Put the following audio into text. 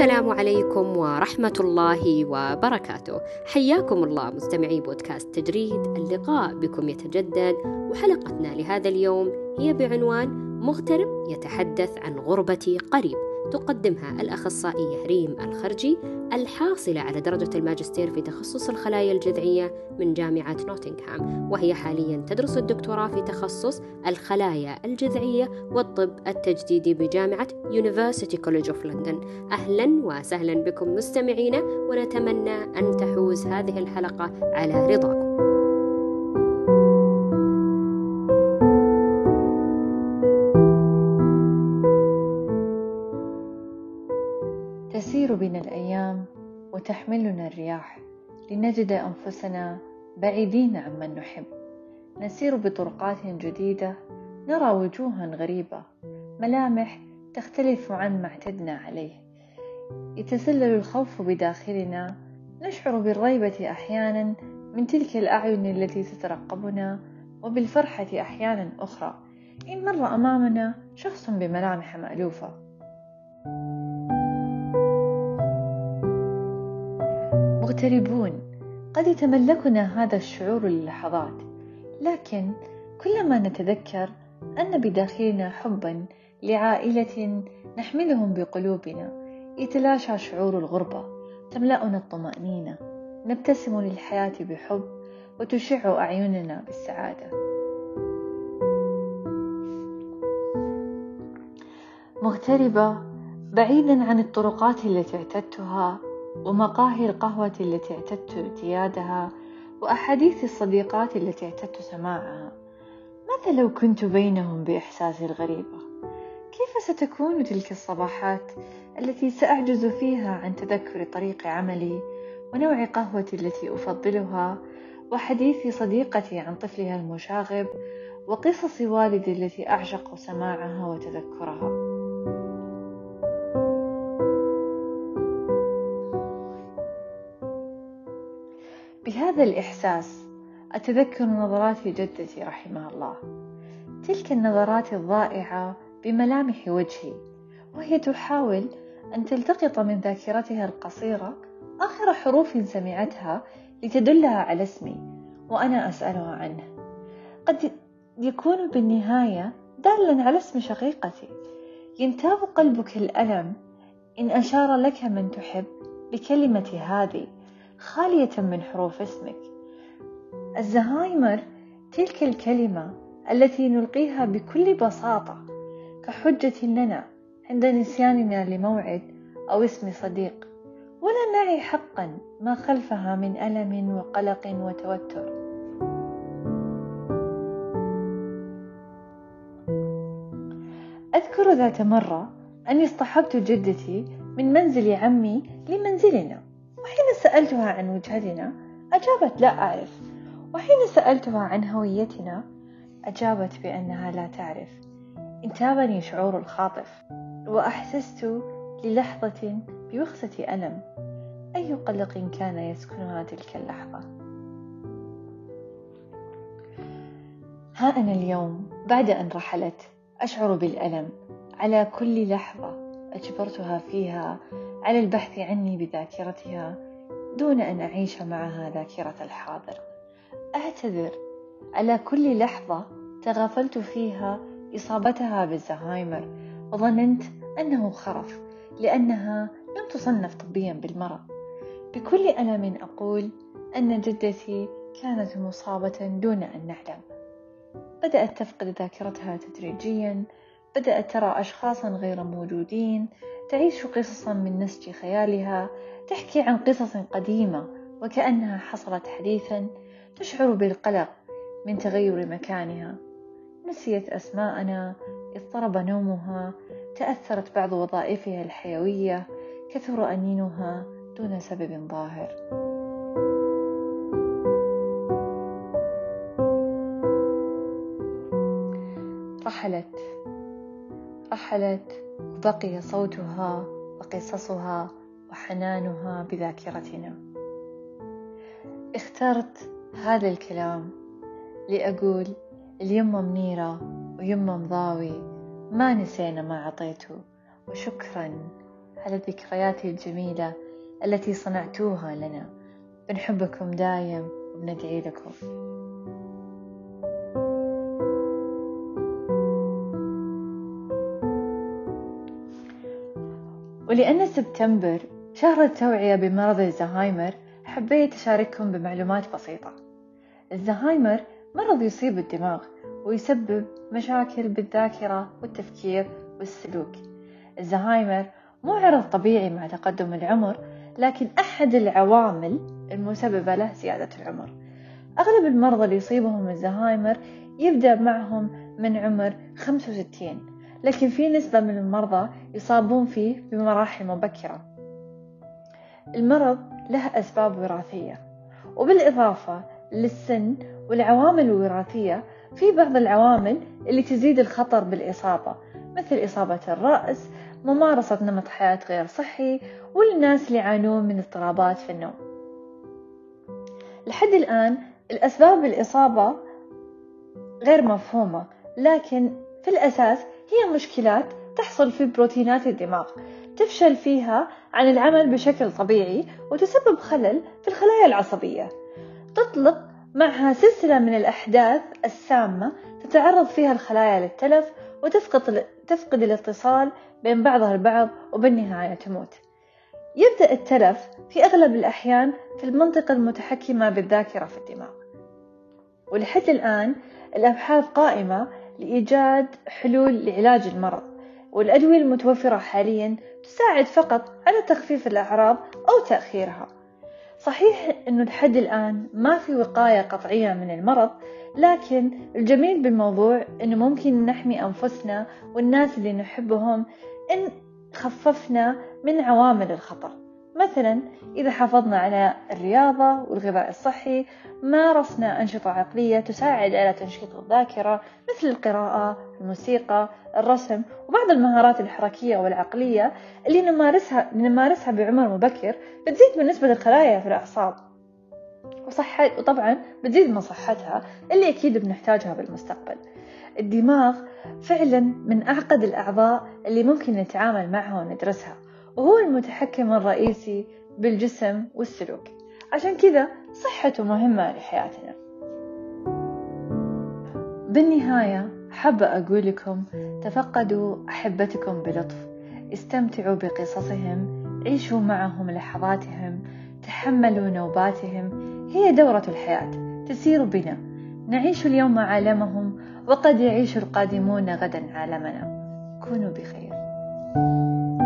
السلام عليكم ورحمة الله وبركاته. حياكم الله مستمعي بودكاست تجريد. اللقاء بكم يتجدد، وحلقتنا لهذا اليوم هي بعنوان مغترب يتحدث عن غربة قريب، تقدمها الأخصائية ريم الخرجي الحاصلة على درجة الماجستير في تخصص الخلايا الجذعية من جامعة نوتنغهام، وهي حاليا تدرس الدكتوراه في تخصص الخلايا الجذعية والطب التجديدي بجامعة University College of London. أهلا وسهلا بكم مستمعينا، ونتمنى أن تحوز هذه الحلقة على رضاكم. تسير بنا الأيام وتحملنا الرياح لنجد أنفسنا بعيدين عمن نحب. نسير بطرقات جديدة، نرى وجوها غريبة، ملامح تختلف عن ما اعتدنا عليه. يتسلل الخوف بداخلنا، نشعر بالريبة أحيانا من تلك الأعين التي تترقبنا، وبالفرحة أحيانا أخرى إن مر أمامنا شخص بملامح مألوفة. مغتربون، قد يتملكنا هذا الشعور للحظات، لكن كلما نتذكر أن بداخلنا حبا لعائلة نحملهم بقلوبنا، يتلاشى شعور الغربة، تملأنا الطمأنينة، نبتسم للحياة بحب وتشع أعيننا بالسعادة. مغتربة بعيدا عن الطرقات التي اعتدتها، ومقاهي القهوة التي اعتدت ارتيادها، وأحاديث الصديقات التي اعتدت سماعها. ماذا لو كنت بينهم بإحساسي الغريبة؟ كيف ستكون تلك الصباحات التي سأعجز فيها عن تذكر طريق عملي، ونوع قهوة التي أفضلها، وحديث صديقتي عن طفلها المشاغب، وقصص والدي التي أعشق سماعها وتذكرها؟ بهذا الإحساس أتذكر نظرات جدتي رحمها الله، تلك النظرات الضائعة بملامح وجهي، وهي تحاول أن تلتقط من ذاكرتها القصيرة آخر حروف سمعتها لتدلها على اسمي وأنا أسألها عنه. قد يكون بالنهاية دالا على اسم شقيقتي. ينتاب قلبك الألم إن أشار لك من تحب بكلمة هذه خالية من حروف اسمك. الزهايمر، تلك الكلمة التي نلقيها بكل بساطة كحجة لنا عند نسياننا لموعد أو اسم صديق، ولا نعي حقا ما خلفها من ألم وقلق وتوتر. أذكر ذات مرة أني اصطحبت جدتي من منزل عمي لمنزلنا، وحين سألتها عن وجهتنا أجابت لا أعرف، وحين سألتها عن هويتنا أجابت بأنها لا تعرف. انتابني شعور الخاطف، وأحسست للحظة بوخزة ألم. أي قلق كان يسكنها تلك اللحظة؟ ها أنا اليوم بعد أن رحلت أشعر بالألم على كل لحظة أجبرتها فيها على البحث عني بذاكرتها دون أن أعيش معها ذاكرة الحاضر. أعتذر على كل لحظة تغافلت فيها إصابتها بالزهايمر وظننت أنه خرف، لأنها لم تصنف طبيا بالمرض. بكل ألم أقول أن جدتي كانت مصابة دون أن نعلم. بدأت تفقد ذاكرتها تدريجيا، بدأت ترى أشخاصا غير موجودين، تعيش قصصا من نسج خيالها، تحكي عن قصص قديمة وكأنها حصلت حديثا، تشعر بالقلق من تغير مكانها، نسيت أسماءنا، اضطرب نومها، تأثرت بعض وظائفها الحيوية، كثر أنينها دون سبب ظاهر. رحلت وبقي صوتها وقصصها وحنانها بذاكرتنا. اخترت هذا الكلام لأقول اليمة منيرة ويمة مضاوي، ما نسينا ما عطيته، وشكرا على الذكريات الجميلة التي صنعتوها لنا. بنحبكم دايم وبندعي لكم. ولأن سبتمبر شهر التوعية بمرض الزهايمر، حبيت أشارككم بمعلومات بسيطة. الزهايمر مرض يصيب الدماغ ويسبب مشاكل بالذاكرة والتفكير والسلوك. الزهايمر مو عرض طبيعي مع تقدم العمر، لكن أحد العوامل المسببة له زيادة العمر. أغلب المرضى اللي يصيبهم الزهايمر يبدأ معهم من عمر 65، لكن في نسبة من المرضى يصابون فيه بمراحل مبكرة. المرض له أسباب وراثية، وبالإضافة للسن والعوامل الوراثية في بعض العوامل اللي تزيد الخطر بالإصابة، مثل إصابة الرأس، ممارسة نمط حياة غير صحي، والناس اللي يعانون من اضطرابات في النوم. لحد الآن الأسباب الإصابة غير مفهومة، لكن في الأساس هي مشكلات تحصل في بروتينات الدماغ، تفشل فيها عن العمل بشكل طبيعي وتسبب خلل في الخلايا العصبية. تطلق معها سلسلة من الأحداث السامة تتعرض فيها الخلايا للتلف وتفقد الاتصال بين بعضها البعض، وبالنهاية تموت. يبدأ التلف في أغلب الأحيان في المنطقة المتحكمة بالذاكرة في الدماغ. ولحد الآن الأبحاث قائمة لإيجاد حلول لعلاج المرض، والأدوية المتوفرة حاليا تساعد فقط على تخفيف الأعراض أو تأخيرها. صحيح أنه لحد الآن ما في وقاية قطعية من المرض، لكن الجميل بالموضوع أنه ممكن نحمي أنفسنا والناس اللي نحبهم إن خففنا من عوامل الخطر. مثلا إذا حافظنا على الرياضة والغذاء الصحي، مارسنا أنشطة عقلية تساعد على تنشيط الذاكرة مثل القراءة، الموسيقى، الرسم، وبعض المهارات الحركية والعقلية اللي نمارسها بعمر مبكر، بتزيد من نسبة الخلايا في الأعصاب وطبعا بتزيد من صحتها اللي أكيد بنحتاجها بالمستقبل. الدماغ فعلا من أعقد الأعضاء اللي ممكن نتعامل معها وندرسها، وهو المتحكم الرئيسي بالجسم والسلوك، عشان كذا صحته مهمة لحياتنا. بالنهاية حابة أقول لكم تفقدوا أحبتكم بلطف، استمتعوا بقصصهم، عيشوا معهم لحظاتهم، تحملوا نوباتهم. هي دورة الحياة تسير بنا، نعيش اليوم عالمهم وقد يعيش القادمون غدا عالمنا. كونوا بخير.